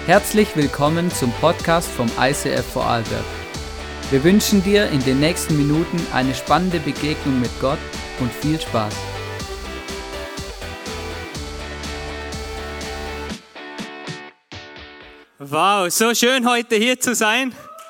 Herzlich willkommen zum Podcast vom ICF Vorarlberg. Wir wünschen dir in den nächsten Minuten eine spannende Begegnung mit Gott und viel Spaß. Wow, so schön heute hier zu sein.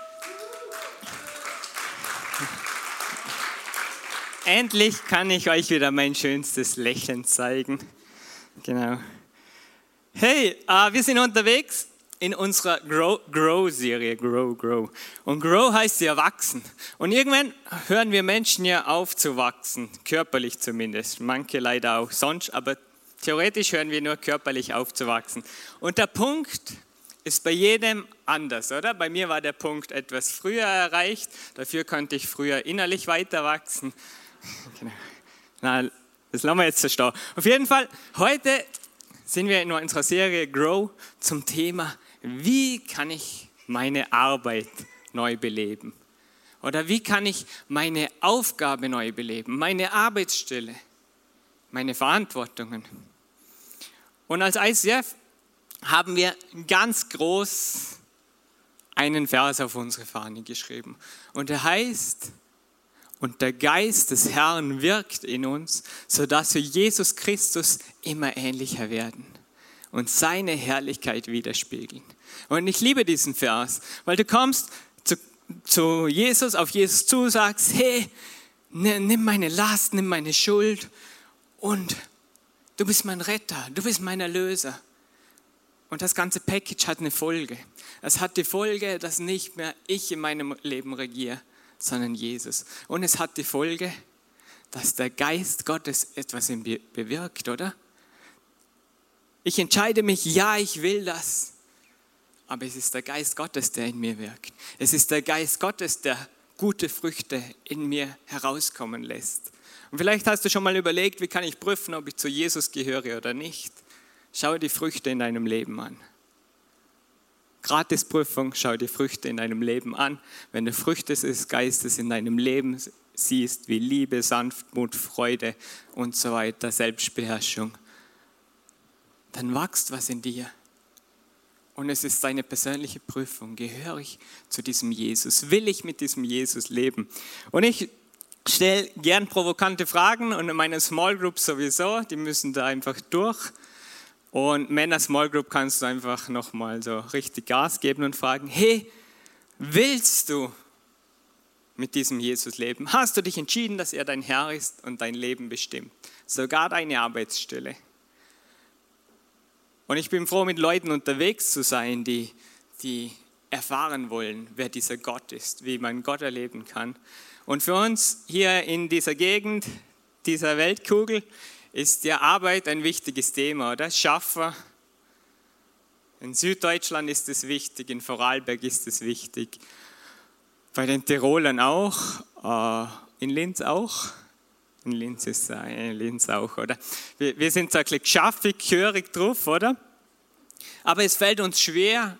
Endlich kann ich euch wieder mein schönstes Lächeln zeigen. Genau. Hey, wir sind unterwegs in unserer Grow-Serie. Grow. Und Grow heißt ja wachsen. Und irgendwann hören wir Menschen ja auf zu wachsen, körperlich zumindest. Manche leider auch sonst, aber theoretisch hören wir nur körperlich auf zu wachsen. Und der Punkt ist bei jedem anders, oder? Bei mir war der Punkt etwas früher erreicht, dafür konnte ich früher innerlich weiter wachsen. Genau. Na, das lassen wir jetzt so stehen. Auf jeden Fall, heute sind wir in unserer Serie Grow zum Thema, wie kann ich meine Arbeit neu beleben? Oder wie kann ich meine Aufgabe neu beleben, meine Arbeitsstelle, meine Verantwortungen? Und als ICF haben wir ganz groß einen Vers auf unsere Fahne geschrieben. Und der heißt: Und der Geist des Herrn wirkt in uns, sodass wir Jesus Christus immer ähnlicher werden und seine Herrlichkeit widerspiegeln. Und ich liebe diesen Vers, weil du kommst zu Jesus, auf Jesus zu, sagst: Hey, nimm meine Last, nimm meine Schuld und du bist mein Retter, du bist mein Erlöser. Und das ganze Package hat eine Folge. Es hat die Folge, dass nicht mehr ich in meinem Leben regiere, sondern Jesus. Und es hat die Folge, dass der Geist Gottes etwas in mir bewirkt, oder? Ich entscheide mich, ja, ich will das. Aber es ist der Geist Gottes, der in mir wirkt. Es ist der Geist Gottes, der gute Früchte in mir herauskommen lässt. Und vielleicht hast du schon mal überlegt, wie kann ich prüfen, ob ich zu Jesus gehöre oder nicht. Schau die Früchte in deinem Leben an. Gratisprüfung, schau die Früchte in deinem Leben an. Wenn du Früchte des Geistes in deinem Leben siehst, wie Liebe, Sanftmut, Freude und so weiter, Selbstbeherrschung, dann wächst was in dir. Und es ist deine persönliche Prüfung. Gehöre ich zu diesem Jesus? Will ich mit diesem Jesus leben? Und ich stelle gern provokante Fragen und in meiner Small Group sowieso, die müssen da einfach durch. Und Männer Small Group kannst du einfach nochmal so richtig Gas geben und fragen: Hey, willst du mit diesem Jesus leben? Hast du dich entschieden, dass er dein Herr ist und dein Leben bestimmt? Sogar deine Arbeitsstelle. Und ich bin froh, mit Leuten unterwegs zu sein, die erfahren wollen, wer dieser Gott ist, wie man Gott erleben kann. Und für uns hier in dieser Gegend, dieser Weltkugel, ist ja Arbeit ein wichtiges Thema, oder? Schaffer. In Süddeutschland ist es wichtig, in Vorarlberg ist es wichtig, bei den Tirolern auch, in Linz auch. In Linz ist Linz auch, oder? Wir sind so ein bisschen schaffig, hörig drauf, oder? Aber es fällt uns schwer,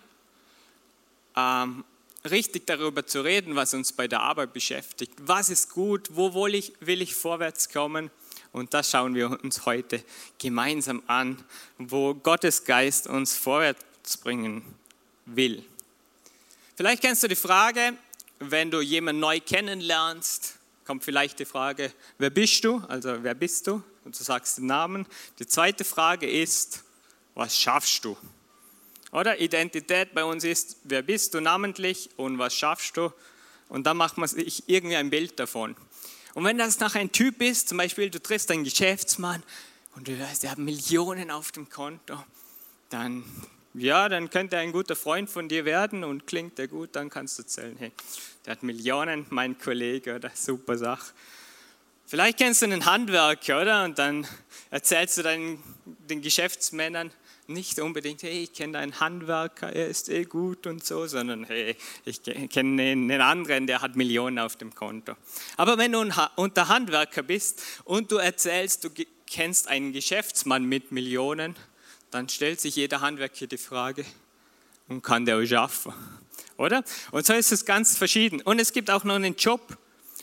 richtig darüber zu reden, was uns bei der Arbeit beschäftigt. Was ist gut, wo will ich vorwärts kommen? Und das schauen wir uns heute gemeinsam an, wo Gottes Geist uns vorwärts bringen will. Vielleicht kennst du die Frage, wenn du jemanden neu kennenlernst, kommt vielleicht die Frage: Wer bist du? Also wer bist du? Und du sagst den Namen. Die zweite Frage ist: Was schaffst du? Oder Identität bei uns ist: Wer bist du namentlich und was schaffst du? Und dann macht man sich irgendwie ein Bild davon. Und wenn das nach ein Typ ist, zum Beispiel du triffst einen Geschäftsmann und du hörst, der hat Millionen auf dem Konto, dann könnte er ein guter Freund von dir werden und klingt der gut, dann kannst du erzählen: Hey, der hat Millionen, mein Kollege, oder? Super Sache. Vielleicht kennst du einen Handwerker, oder? Und dann erzählst du den Geschäftsmännern nicht unbedingt: Hey, ich kenne einen Handwerker, er ist gut und so, sondern: Hey, ich kenne einen anderen, der hat Millionen auf dem Konto. Aber wenn du unter Handwerker bist und du erzählst, du kennst einen Geschäftsmann mit Millionen, dann stellt sich jeder Handwerker die Frage: Und kann der auch schaffen? Oder? Und so ist es ganz verschieden. Und es gibt auch noch einen Job.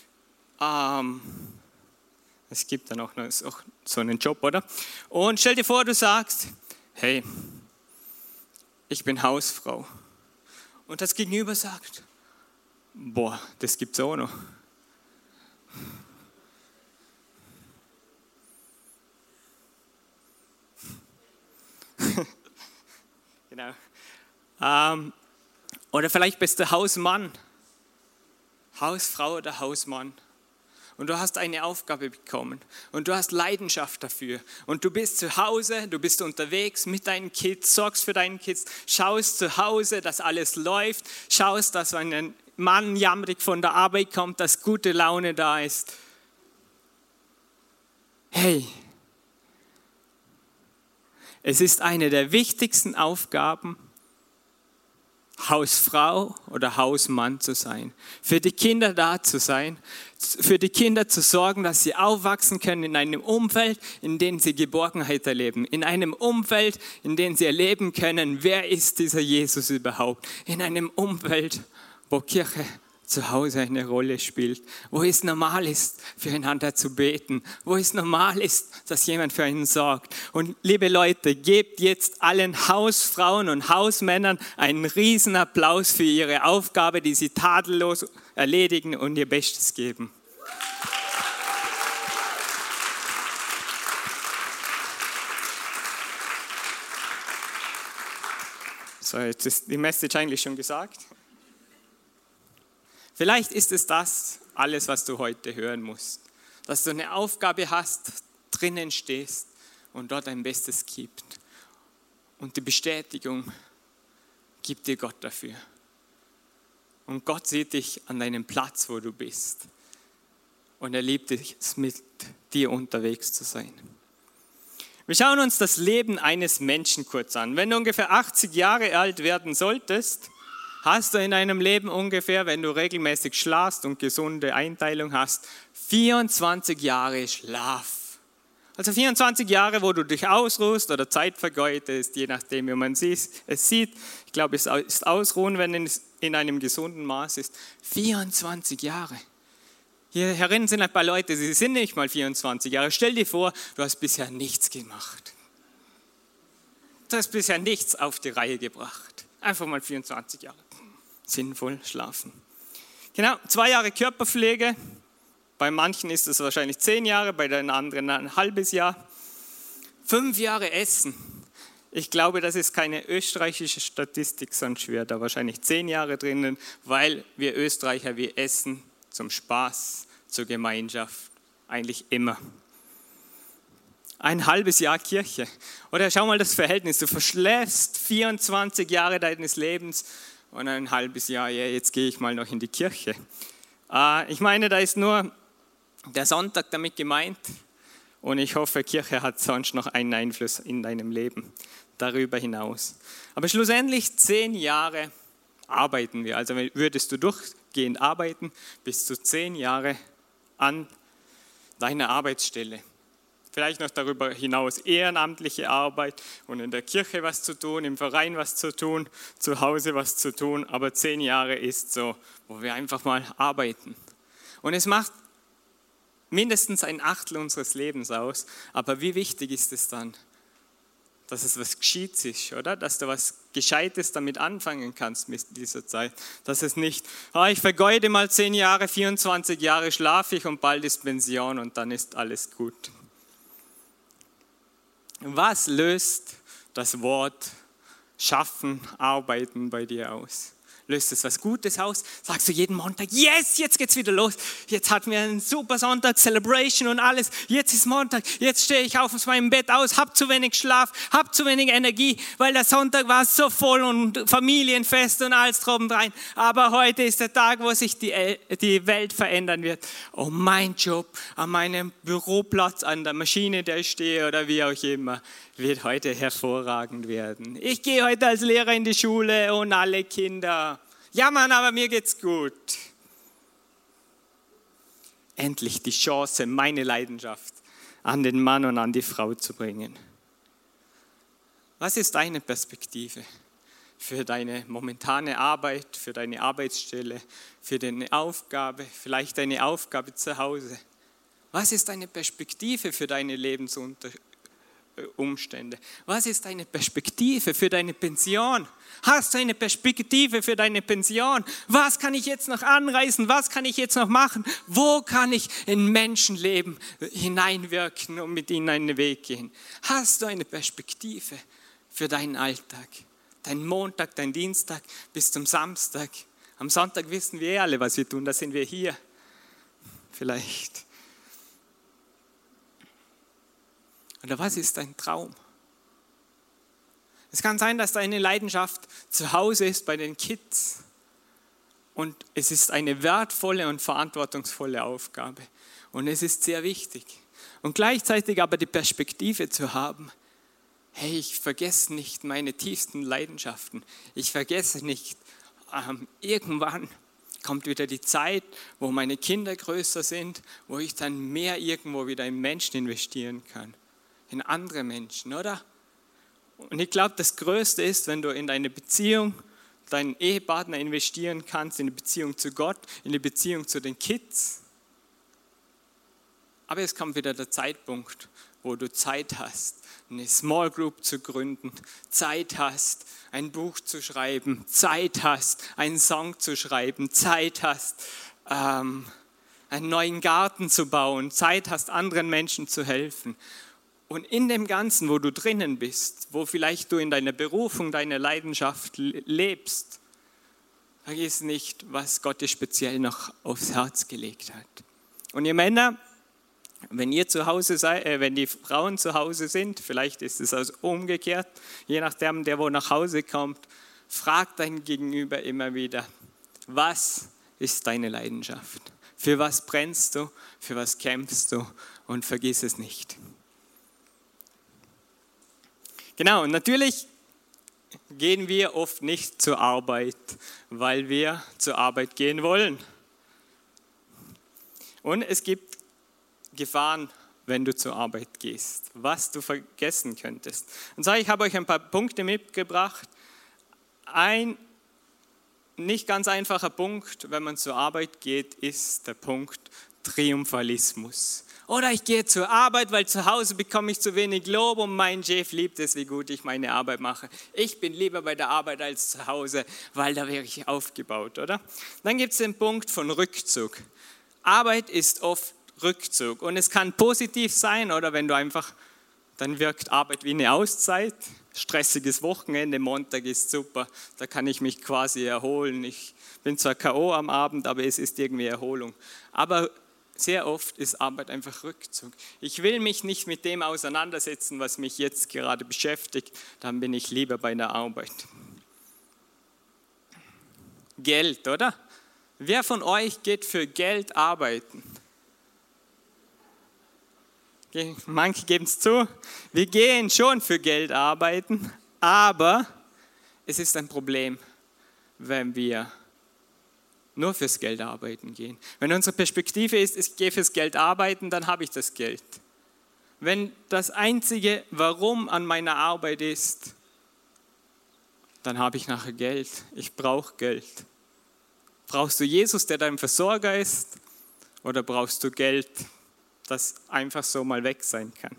Es gibt dann auch so einen Job, oder? Und stell dir vor, du sagst: Hey, ich bin Hausfrau. Und das Gegenüber sagt, boah, das gibt's auch noch. Genau. Oder vielleicht bist du Hausmann, Hausfrau oder Hausmann. Und du hast eine Aufgabe bekommen und du hast Leidenschaft dafür. Und du bist zu Hause, du bist unterwegs mit deinen Kids, sorgst für deine Kids, schaust zu Hause, dass alles läuft, schaust, dass wenn ein Mann jammerig von der Arbeit kommt, dass gute Laune da ist. Hey, es ist eine der wichtigsten Aufgaben, Hausfrau oder Hausmann zu sein, für die Kinder da zu sein, für die Kinder zu sorgen, dass sie aufwachsen können in einem Umfeld, in dem sie Geborgenheit erleben, in einem Umfeld, in dem sie erleben können, wer ist dieser Jesus überhaupt, in einem Umfeld, wo Kirche zu Hause eine Rolle spielt, wo es normal ist, füreinander zu beten, wo es normal ist, dass jemand für einen sorgt. Und liebe Leute, gebt jetzt allen Hausfrauen und Hausmännern einen riesen Applaus für ihre Aufgabe, die sie tadellos erledigen und ihr Bestes geben. So, jetzt ist die Message eigentlich schon gesagt. Vielleicht ist es das alles, was du heute hören musst. Dass du eine Aufgabe hast, drinnen stehst und dort dein Bestes gibst. Und die Bestätigung gibt dir Gott dafür. Und Gott sieht dich an deinem Platz, wo du bist. Und er liebt es, mit dir unterwegs zu sein. Wir schauen uns das Leben eines Menschen kurz an. Wenn du ungefähr 80 Jahre alt werden solltest, hast du in deinem Leben ungefähr, wenn du regelmäßig schlafst und gesunde Einteilung hast, 24 Jahre Schlaf. Also 24 Jahre, wo du dich ausruhst oder Zeit vergeudest, je nachdem, wie man es sieht. Ich glaube, es ist Ausruhen, wenn es in einem gesunden Maß ist. 24 Jahre. Hier herin sind ein paar Leute, sie sind nicht mal 24 Jahre. Stell dir vor, du hast bisher nichts gemacht. Du hast bisher nichts auf die Reihe gebracht. Einfach mal 24 Jahre. Sinnvoll schlafen. Genau, 2 Jahre Körperpflege. Bei manchen ist es wahrscheinlich 10 Jahre, bei den anderen ein halbes Jahr. 5 Jahre Essen. Ich glaube, das ist keine österreichische Statistik, sonst schwer da wahrscheinlich 10 Jahre drinnen, weil wir Österreicher, wir essen zum Spaß, zur Gemeinschaft, eigentlich immer. Ein halbes Jahr Kirche. Oder schau mal das Verhältnis, du verschläfst 24 Jahre deines Lebens und ein halbes Jahr, ja, jetzt gehe ich mal noch in die Kirche. Ich meine, da ist nur der Sonntag damit gemeint und ich hoffe, Kirche hat sonst noch einen Einfluss in deinem Leben darüber hinaus. Aber schlussendlich 10 Jahre arbeiten wir. Also würdest du durchgehend arbeiten, bist du 10 Jahre an deiner Arbeitsstelle. Vielleicht noch darüber hinaus ehrenamtliche Arbeit und in der Kirche was zu tun, im Verein was zu tun, zu Hause was zu tun. Aber 10 Jahre ist so, wo wir einfach mal arbeiten. Und es macht mindestens ein Achtel unseres Lebens aus. Aber wie wichtig ist es dann, dass es was Gescheites ist, oder? Dass du was Gescheites damit anfangen kannst mit dieser Zeit. Dass es nicht, ich vergeude mal 10 Jahre, 24 Jahre schlafe ich und bald ist Pension und dann ist alles gut. Was löst das Wort Schaffen, Arbeiten bei dir aus? Löst es was Gutes aus? Sagst du jeden Montag, yes, jetzt geht's wieder los. Jetzt hatten wir einen super Sonntag, Celebration und alles. Jetzt ist Montag, jetzt stehe ich auf aus meinem Bett aus, hab zu wenig Schlaf, hab zu wenig Energie, weil der Sonntag war so voll und Familienfest und alles drum rein. Aber heute ist der Tag, wo sich die Welt verändern wird. Oh, mein Job, an meinem Büroplatz, an der Maschine, der ich stehe oder wie auch immer, wird heute hervorragend werden. Ich gehe heute als Lehrer in die Schule und alle Kinder. Ja, Mann, aber mir geht's gut. Endlich die Chance, meine Leidenschaft an den Mann und an die Frau zu bringen. Was ist deine Perspektive für deine momentane Arbeit, für deine Arbeitsstelle, für deine Aufgabe, vielleicht deine Aufgabe zu Hause? Was ist deine Perspektive für deine Umstände? Was ist deine Perspektive für deine Pension? Hast du eine Perspektive für deine Pension? Was kann ich jetzt noch anreißen? Was kann ich jetzt noch machen? Wo kann ich in Menschenleben hineinwirken und mit ihnen einen Weg gehen? Hast du eine Perspektive für deinen Alltag? Dein Montag, dein Dienstag bis zum Samstag. Am Sonntag wissen wir alle, was wir tun. Da sind wir hier. Vielleicht. Oder was ist dein Traum? Es kann sein, dass deine Leidenschaft zu Hause ist bei den Kids. Und es ist eine wertvolle und verantwortungsvolle Aufgabe. Und es ist sehr wichtig. Und gleichzeitig aber die Perspektive zu haben, hey, ich vergesse nicht meine tiefsten Leidenschaften. Ich vergesse nicht, irgendwann kommt wieder die Zeit, wo meine Kinder größer sind, wo ich dann mehr irgendwo wieder in Menschen investieren kann. In andere Menschen, oder? Und ich glaube, das Größte ist, wenn du in deine Beziehung, deinen Ehepartner investieren kannst, in die Beziehung zu Gott, in die Beziehung zu den Kids. Aber es kommt wieder der Zeitpunkt, wo du Zeit hast, eine Small Group zu gründen, Zeit hast, ein Buch zu schreiben, Zeit hast, einen Song zu schreiben, Zeit hast, einen neuen Garten zu bauen, Zeit hast, anderen Menschen zu helfen. Und in dem Ganzen, wo du drinnen bist, wo vielleicht du in deiner Berufung, deiner Leidenschaft lebst, vergiss nicht, was Gott dir speziell noch aufs Herz gelegt hat. Und ihr Männer, wenn ihr zu Hause seid, wenn die Frauen zu Hause sind, vielleicht ist es also umgekehrt, je nachdem, der wo nach Hause kommt, frag dein Gegenüber immer wieder, was ist deine Leidenschaft? Für was brennst du? Für was kämpfst du? Und vergiss es nicht. Genau, und natürlich gehen wir oft nicht zur Arbeit, weil wir zur Arbeit gehen wollen. Und es gibt Gefahren, wenn du zur Arbeit gehst, was du vergessen könntest. Und so, ich habe euch ein paar Punkte mitgebracht. Ein nicht ganz einfacher Punkt, wenn man zur Arbeit geht, ist der Punkt Triumphalismus. Oder ich gehe zur Arbeit, weil zu Hause bekomme ich zu wenig Lob und mein Chef liebt es, wie gut ich meine Arbeit mache. Ich bin lieber bei der Arbeit als zu Hause, weil da wäre ich aufgebaut, oder? Dann gibt es den Punkt von Rückzug. Arbeit ist oft Rückzug und es kann positiv sein, oder wenn du einfach, dann wirkt Arbeit wie eine Auszeit. Stressiges Wochenende, Montag ist super, da kann ich mich quasi erholen. Ich bin zwar K.O. am Abend, aber es ist irgendwie Erholung. Aber sehr oft ist Arbeit einfach Rückzug. Ich will mich nicht mit dem auseinandersetzen, was mich jetzt gerade beschäftigt, dann bin ich lieber bei der Arbeit. Geld, oder? Wer von euch geht für Geld arbeiten? Manche geben es zu, wir gehen schon für Geld arbeiten, aber es ist ein Problem, wenn wir nur fürs Geld arbeiten gehen. Wenn unsere Perspektive ist, ich gehe fürs Geld arbeiten, dann habe ich das Geld. Wenn das einzige Warum an meiner Arbeit ist, dann habe ich nachher Geld. Ich brauche Geld. Brauchst du Jesus, der dein Versorger ist, oder brauchst du Geld, das einfach so mal weg sein kann?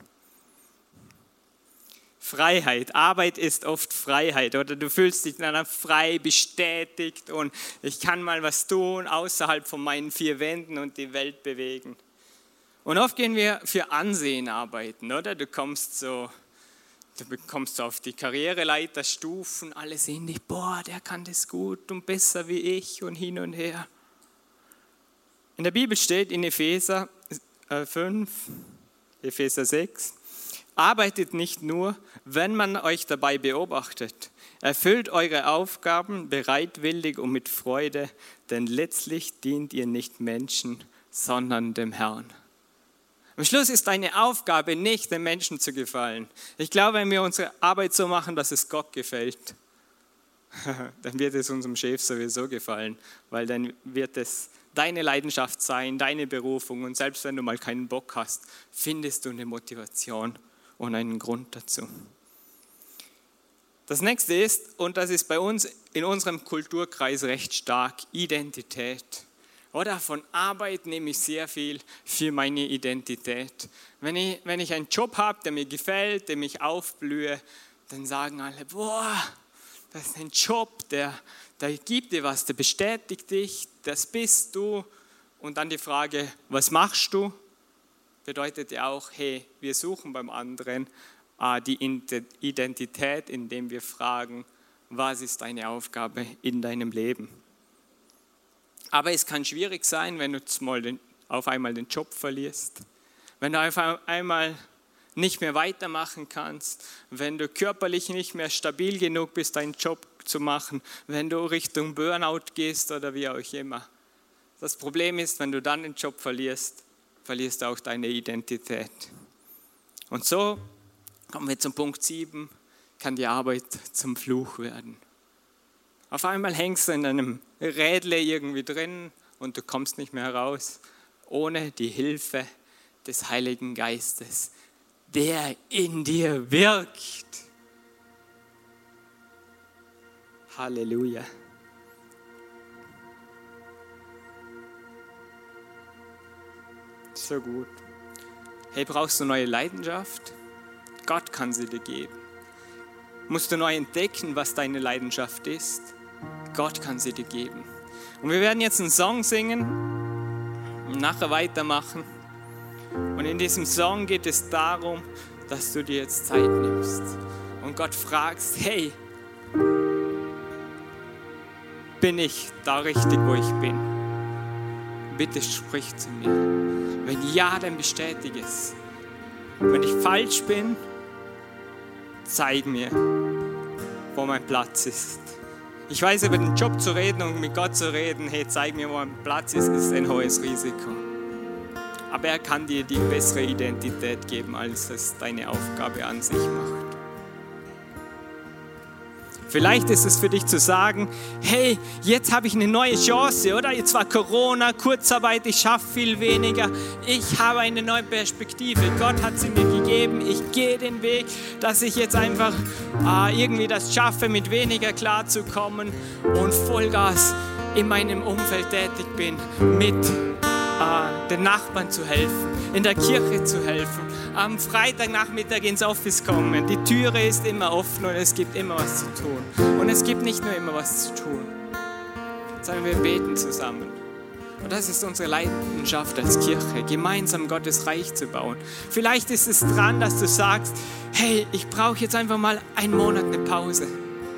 Freiheit. Arbeit ist oft Freiheit, oder du fühlst dich dann frei, bestätigt und ich kann mal was tun außerhalb von meinen vier Wänden und die Welt bewegen. Und oft gehen wir für Ansehen arbeiten, oder? Du bekommst so auf die Karriereleiterstufen, alle sehen dich, boah, der kann das gut und besser wie ich und hin und her. In der Bibel steht in Epheser 5, Epheser 6, arbeitet nicht nur, wenn man euch dabei beobachtet. Erfüllt eure Aufgaben bereitwillig und mit Freude, denn letztlich dient ihr nicht Menschen, sondern dem Herrn. Am Schluss ist deine Aufgabe nicht, den Menschen zu gefallen. Ich glaube, wenn wir unsere Arbeit so machen, dass es Gott gefällt, dann wird es unserem Chef sowieso gefallen, weil dann wird es deine Leidenschaft sein, deine Berufung und selbst wenn du mal keinen Bock hast, findest du eine Motivation und einen Grund dazu. Das nächste ist, und das ist bei uns in unserem Kulturkreis recht stark, Identität. Oder von Arbeit nehme ich sehr viel für meine Identität. Wenn ich einen Job habe, der mir gefällt, dem ich aufblühe, dann sagen alle, boah, das ist ein Job, der gibt dir was, der bestätigt dich, das bist du. Und dann die Frage, was machst du? Bedeutet ja auch, hey, wir suchen beim anderen die Identität, indem wir fragen, was ist deine Aufgabe in deinem Leben? Aber es kann schwierig sein, wenn du auf einmal den Job verlierst, wenn du auf einmal nicht mehr weitermachen kannst, wenn du körperlich nicht mehr stabil genug bist, deinen Job zu machen, wenn du Richtung Burnout gehst oder wie auch immer. Das Problem ist, wenn du dann den Job verlierst, verlierst du auch deine Identität. Und so kommen wir zum Punkt 7, kann die Arbeit zum Fluch werden. Auf einmal hängst du in einem Rädle irgendwie drin und du kommst nicht mehr raus, ohne die Hilfe des Heiligen Geistes, der in dir wirkt. Halleluja. So gut. Hey, brauchst du neue Leidenschaft? Gott kann sie dir geben. Musst du neu entdecken, was deine Leidenschaft ist? Gott kann sie dir geben. Und wir werden jetzt einen Song singen und nachher weitermachen. Und in diesem Song geht es darum, dass du dir jetzt Zeit nimmst und Gott fragst, hey, bin ich da richtig, wo ich bin? Bitte sprich zu mir. Wenn ja, dann bestätige es. Wenn ich falsch bin, zeig mir, wo mein Platz ist. Ich weiß, über den Job zu reden und mit Gott zu reden, hey, zeig mir, wo mein Platz ist ein hohes Risiko. Aber er kann dir die bessere Identität geben, als es deine Aufgabe an sich macht. Vielleicht ist es für dich zu sagen, hey, jetzt habe ich eine neue Chance, oder? Jetzt war Corona, Kurzarbeit, ich schaffe viel weniger. Ich habe eine neue Perspektive. Gott hat sie mir gegeben. Ich gehe den Weg, dass ich jetzt einfach irgendwie das schaffe, mit weniger klarzukommen und Vollgas in meinem Umfeld tätig bin, mit den Nachbarn zu helfen, in der Kirche zu helfen, am Freitagnachmittag ins Office kommen. Die Türe ist immer offen und es gibt immer was zu tun. Und es gibt nicht nur immer was zu tun, sondern wir beten zusammen. Und das ist unsere Leidenschaft als Kirche, gemeinsam Gottes Reich zu bauen. Vielleicht ist es dran, dass du sagst, hey, ich brauche jetzt einfach mal einen Monat eine Pause.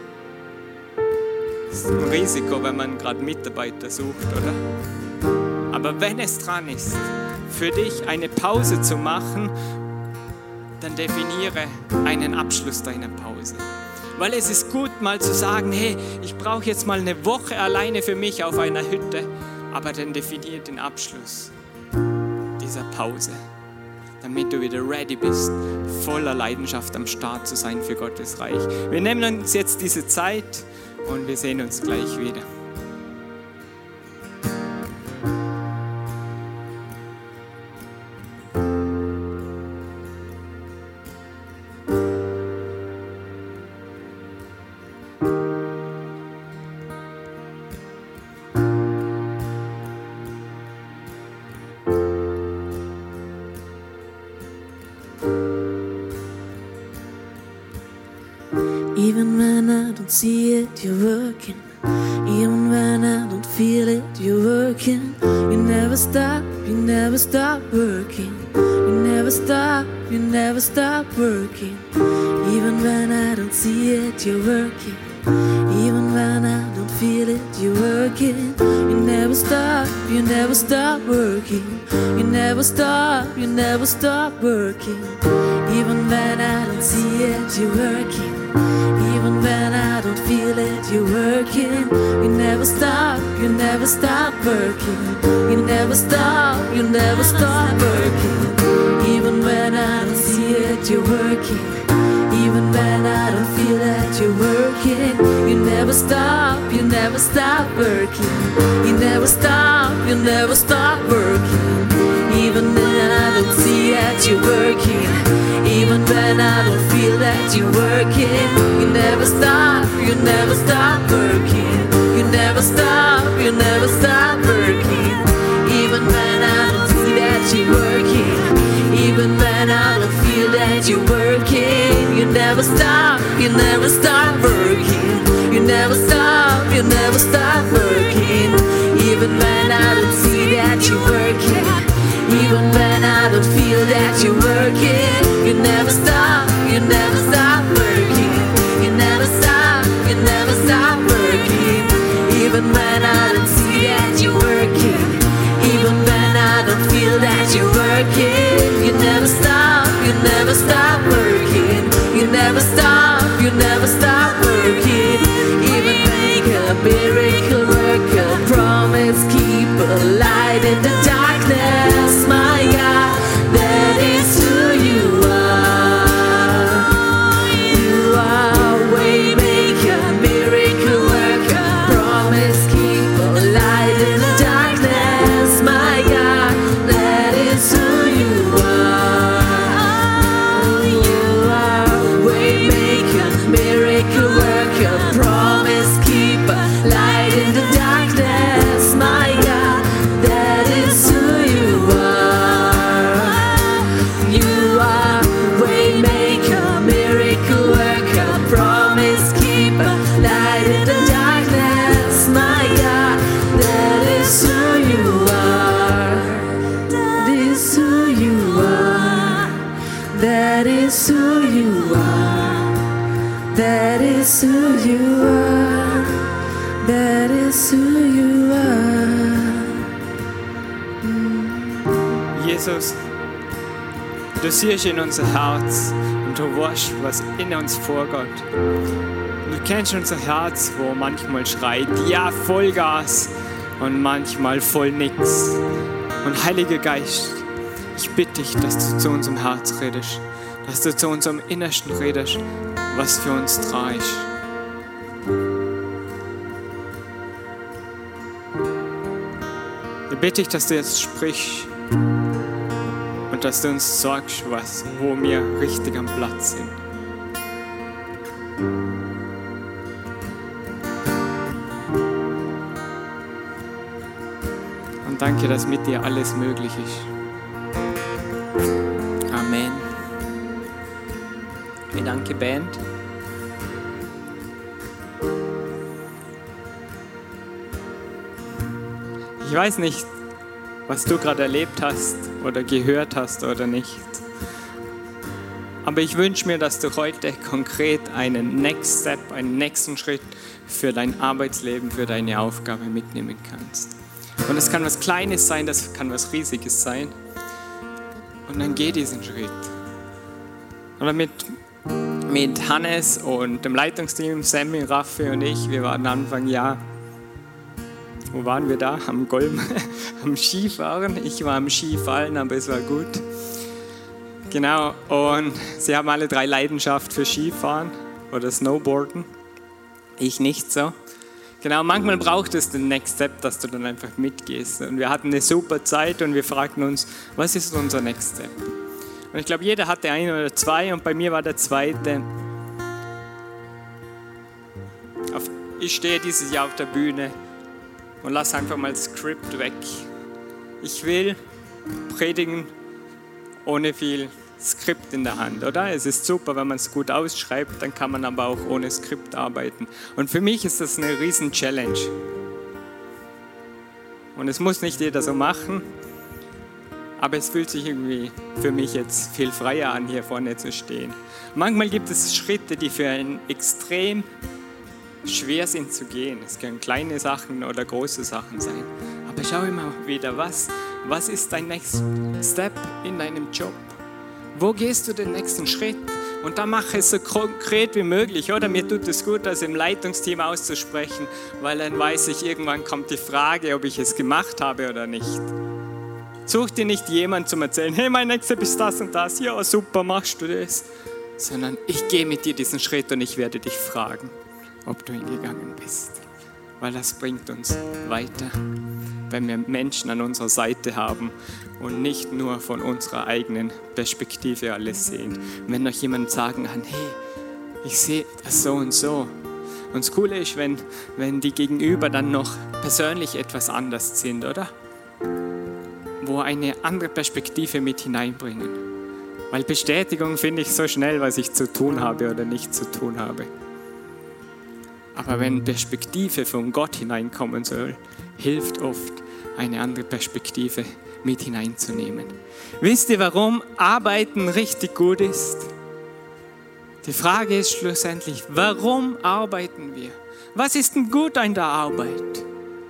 Das ist ein Risiko, wenn man gerade Mitarbeiter sucht, oder? Aber wenn es dran ist, für dich eine Pause zu machen, dann definiere einen Abschluss deiner Pause. Weil es ist gut, mal zu sagen, hey, ich brauche jetzt mal eine Woche alleine für mich auf einer Hütte, aber dann definiere den Abschluss dieser Pause, damit du wieder ready bist, voller Leidenschaft am Start zu sein für Gottes Reich. Wir nehmen uns jetzt diese Zeit und wir sehen uns gleich wieder. Even when I don't see it, you're working. Even when I don't feel it, you're working. You never stop working. You never stop working. Even when I don't see it, you're working. Even when I don't feel it, you're working. You never stop working. You never stop working. Even when I don't see it, you're working. Even when I don't feel it, you're working. You never stop working. You never stop working. Even when I don't see it, you're working. Even when I don't feel it, you're working. You never stop working. You never stop working. Even when I don't see it, you're working. Even when I don't feel that you're working. You never stop working. You never stop working. never stop, you never stop working. You never stop, you never stop working. Even when I don't see that you're working, even when I don't feel that you're working, you never stop, you never stop working. You never stop, you never stop working. Even when I don't see that you're working, even when I don't feel that you're working, you never stop, you never stop working. You never stop, you never stop working. Even make a miracle worker, promise keep a light in the darkness. My God, that is who you are. You are way maker, miracle worker, promise keep a light in the darkness. My God, that is who you are. You are way maker, miracle worker, promise keep a light in the darkness. My God, that is who you are. You are way maker, miracle worker, promise keep a light in the darkness. My God, that is who you are. That is who you are. That is who you are. That is who you are. That is who you are. Jesus, du siehst in unser Herz und du weißt, was in uns vorgeht. Du kennst unser Herz, wo manchmal schreit, ja, Vollgas und manchmal voll nix. Und Heiliger Geist, ich bitte dich, dass du zu unserem Herz redest, dass du zu unserem Innersten redest, was für uns dran ist. Ich bitte dich, dass du jetzt sprichst und dass du uns sagst, wo wir richtig am Platz sind. Und danke, dass mit dir alles möglich ist. Amen. Ich danke Band. Ich weiß nicht, was du gerade erlebt hast oder gehört hast oder nicht. Aber ich wünsche mir, dass du heute konkret einen Next Step, einen nächsten Schritt für dein Arbeitsleben, für deine Aufgabe mitnehmen kannst. Und es kann was Kleines sein, das kann was Riesiges sein. Und dann geh diesen Schritt. Oder mit Hannes und dem Leitungsteam, Sammy, Raffi und ich, wir waren Anfang Jahr. Wo waren wir da? Am Golm, am Skifahren. Ich war am Skifallen, aber es war gut. Genau, und sie haben alle 3 Leidenschaft für Skifahren oder Snowboarden. Ich nicht so. Genau, manchmal braucht es den Next Step, dass du dann einfach mitgehst. Und wir hatten eine super Zeit und wir fragten uns, was ist unser Next Step? Und ich glaube, jeder hatte 1 oder 2 und bei mir war der 2. Ich stehe dieses Jahr auf der Bühne und lass einfach mal das Skript weg. Ich will predigen ohne viel Skript in der Hand, oder? Es ist super, wenn man es gut ausschreibt, dann kann man aber auch ohne Skript arbeiten. Und für mich ist das eine riesen Challenge. Und es muss nicht jeder so machen, aber es fühlt sich irgendwie für mich jetzt viel freier an, hier vorne zu stehen. Manchmal gibt es Schritte, die für einen extrem schwer sind zu gehen. Es können kleine Sachen oder große Sachen sein. Aber schau immer wieder, was ist dein Next Step in deinem Job? Wo gehst du den nächsten Schritt? Und dann mach es so konkret wie möglich, oder? Mir tut es gut, das im Leitungsteam auszusprechen, weil dann weiß ich, irgendwann kommt die Frage, ob ich es gemacht habe oder nicht. Such dir nicht jemanden zum Erzählen, hey, mein Next Step ist das und das, ja super, machst du das? Sondern ich gehe mit dir diesen Schritt und ich werde dich fragen, ob du ihn gegangen bist. Weil das bringt uns weiter, wenn wir Menschen an unserer Seite haben und nicht nur von unserer eigenen Perspektive alles sehen. Wenn noch jemand sagen kann, hey, ich sehe das so und so. Und das Coole ist, wenn die Gegenüber dann noch persönlich etwas anders sind, oder? Wo eine andere Perspektive mit hineinbringen. Weil Bestätigung finde ich so schnell, was ich zu tun habe oder nicht zu tun habe. Aber wenn Perspektive von Gott hineinkommen soll, hilft oft, eine andere Perspektive mit hineinzunehmen. Wisst ihr, warum Arbeiten richtig gut ist? Die Frage ist schlussendlich, warum arbeiten wir? Was ist denn gut an der Arbeit?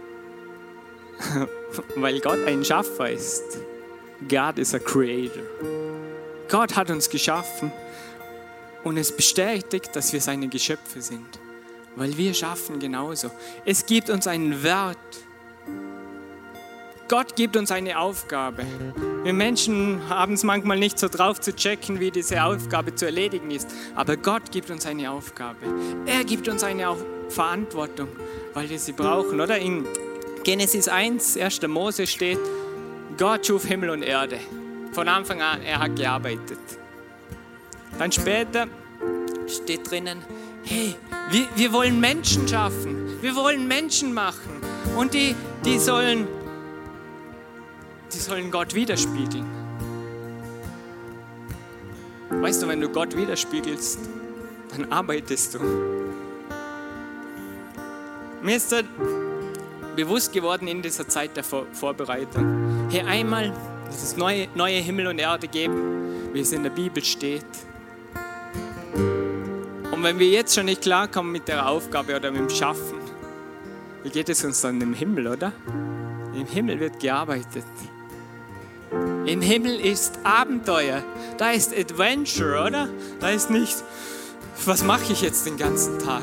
Weil Gott ein Schaffer ist. God is a creator. Gott hat uns geschaffen und es bestätigt, dass wir seine Geschöpfe sind. Weil wir schaffen genauso. Es gibt uns einen Wert. Gott gibt uns eine Aufgabe. Wir Menschen haben es manchmal nicht so drauf zu checken, wie diese Aufgabe zu erledigen ist. Aber Gott gibt uns eine Aufgabe. Er gibt uns eine Verantwortung, weil wir sie brauchen. Oder in Genesis 1, 1. Mose steht, Gott schuf Himmel und Erde. Von Anfang an, er hat gearbeitet. Dann später steht drinnen, hey, wir wollen Menschen schaffen. Wir wollen Menschen machen. Und die sollen Gott widerspiegeln. Weißt du, wenn du Gott widerspiegelst, dann arbeitest du. Mir ist das bewusst geworden in dieser Zeit der Vorbereitung. Hier einmal dieses neue Himmel und Erde geben, wie es in der Bibel steht. Und wenn wir jetzt schon nicht klarkommen mit der Aufgabe oder mit dem Schaffen, wie geht es uns dann im Himmel, oder? Im Himmel wird gearbeitet. Im Himmel ist Abenteuer, da ist Adventure, oder? Da ist nicht, was mache ich jetzt den ganzen Tag?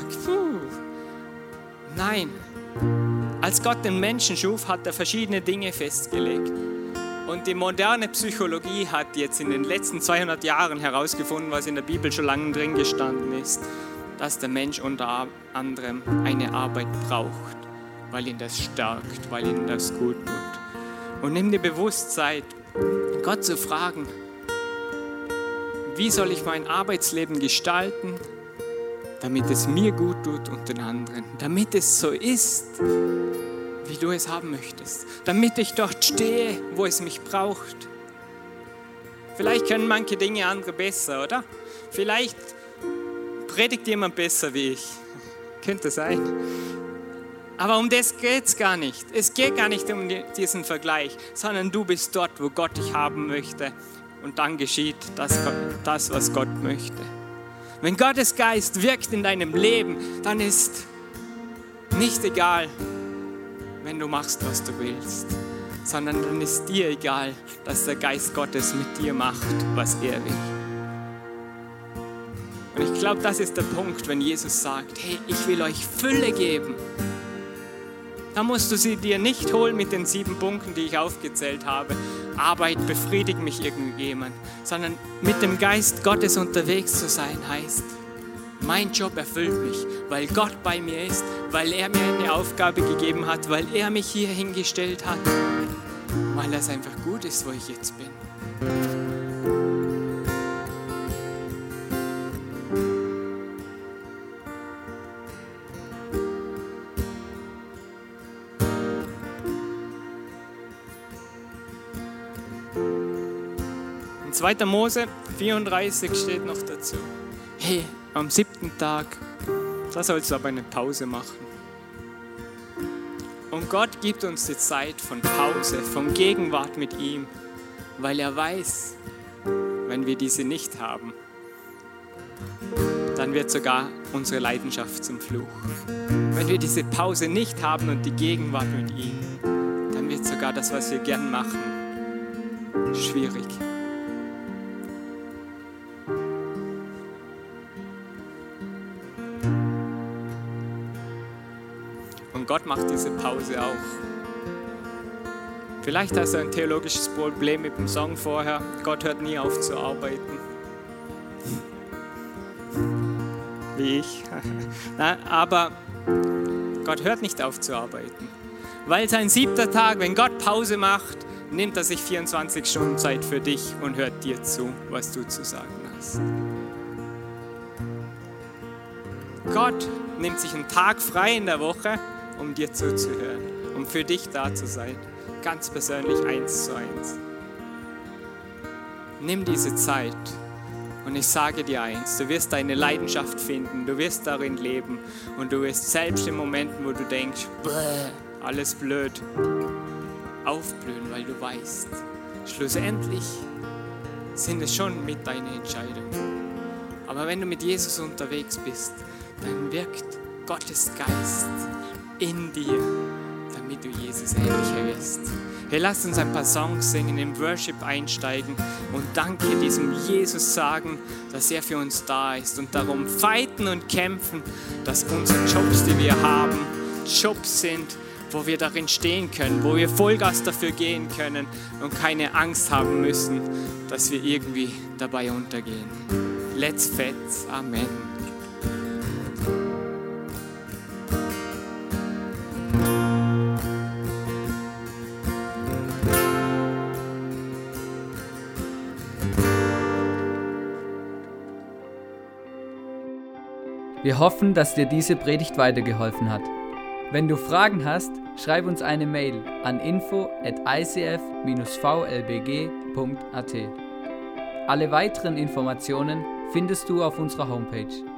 Nein, als Gott den Menschen schuf, hat er verschiedene Dinge festgelegt. Und die moderne Psychologie hat jetzt in den letzten 200 Jahren herausgefunden, was in der Bibel schon lange drin gestanden ist, dass der Mensch unter anderem eine Arbeit braucht, weil ihn das stärkt, weil ihn das gut tut. Und nimm dir bewusst Zeit, Gott zu fragen, wie soll ich mein Arbeitsleben gestalten, damit es mir gut tut und den anderen, damit es so ist, wie du es haben möchtest, damit ich dort stehe, wo es mich braucht. Vielleicht können manche Dinge andere besser, oder? Vielleicht predigt jemand besser wie ich. Könnte sein. Aber um das geht es gar nicht. Es geht gar nicht um diesen Vergleich, sondern du bist dort, wo Gott dich haben möchte. Und dann geschieht das, was Gott möchte. Wenn Gottes Geist wirkt in deinem Leben, dann ist nicht egal, wenn du machst, was du willst, sondern dann ist dir egal, dass der Geist Gottes mit dir macht, was er will. Und ich glaube, das ist der Punkt, wenn Jesus sagt, hey, ich will euch Fülle geben. Dann musst du sie dir nicht holen mit den 7 Punkten, die ich aufgezählt habe. Arbeit befriedigt mich irgendjemand, sondern mit dem Geist Gottes unterwegs zu sein heißt, mein Job erfüllt mich, weil Gott bei mir ist, weil er mir eine Aufgabe gegeben hat, weil er mich hier hingestellt hat, weil es einfach gut ist, wo ich jetzt bin. In 2. Mose 34 steht noch dazu, hey, am 7. Tag, da sollst du aber eine Pause machen. Und Gott gibt uns die Zeit von Pause, von Gegenwart mit ihm, weil er weiß, wenn wir diese nicht haben, dann wird sogar unsere Leidenschaft zum Fluch. Wenn wir diese Pause nicht haben und die Gegenwart mit ihm, dann wird sogar das, was wir gern machen, schwierig. Und Gott macht diese Pause auch. Vielleicht hast du ein theologisches Problem mit dem Song vorher. Gott hört nie auf zu arbeiten. Wie ich. Aber Gott hört nicht auf zu arbeiten. Weil sein 7. Tag, wenn Gott Pause macht, nimmt er sich 24 Stunden Zeit für dich und hört dir zu, was du zu sagen hast. Gott nimmt sich einen Tag frei in der Woche, um dir zuzuhören, um für dich da zu sein, ganz persönlich 1:1. Nimm diese Zeit und ich sage dir eins, du wirst deine Leidenschaft finden, du wirst darin leben und du wirst selbst in Momenten, wo du denkst, alles blöd, aufblühen, weil du weißt, schlussendlich sind es schon mit deiner Entscheidung. Aber wenn du mit Jesus unterwegs bist, dann wirkt Gottes Geist in dir, damit du Jesus ähnlicher wirst. Hey, lass uns ein paar Songs singen, im Worship einsteigen und danke diesem Jesus sagen, dass er für uns da ist und darum fighten und kämpfen, dass unsere Jobs, die wir haben, Jobs sind, wo wir darin stehen können, wo wir Vollgas dafür gehen können und keine Angst haben müssen, dass wir irgendwie dabei untergehen. Let's fett. Amen. Wir hoffen, dass dir diese Predigt weitergeholfen hat. Wenn du Fragen hast, schreib uns eine Mail an info@icf-vlbg.at. Alle weiteren Informationen findest du auf unserer Homepage.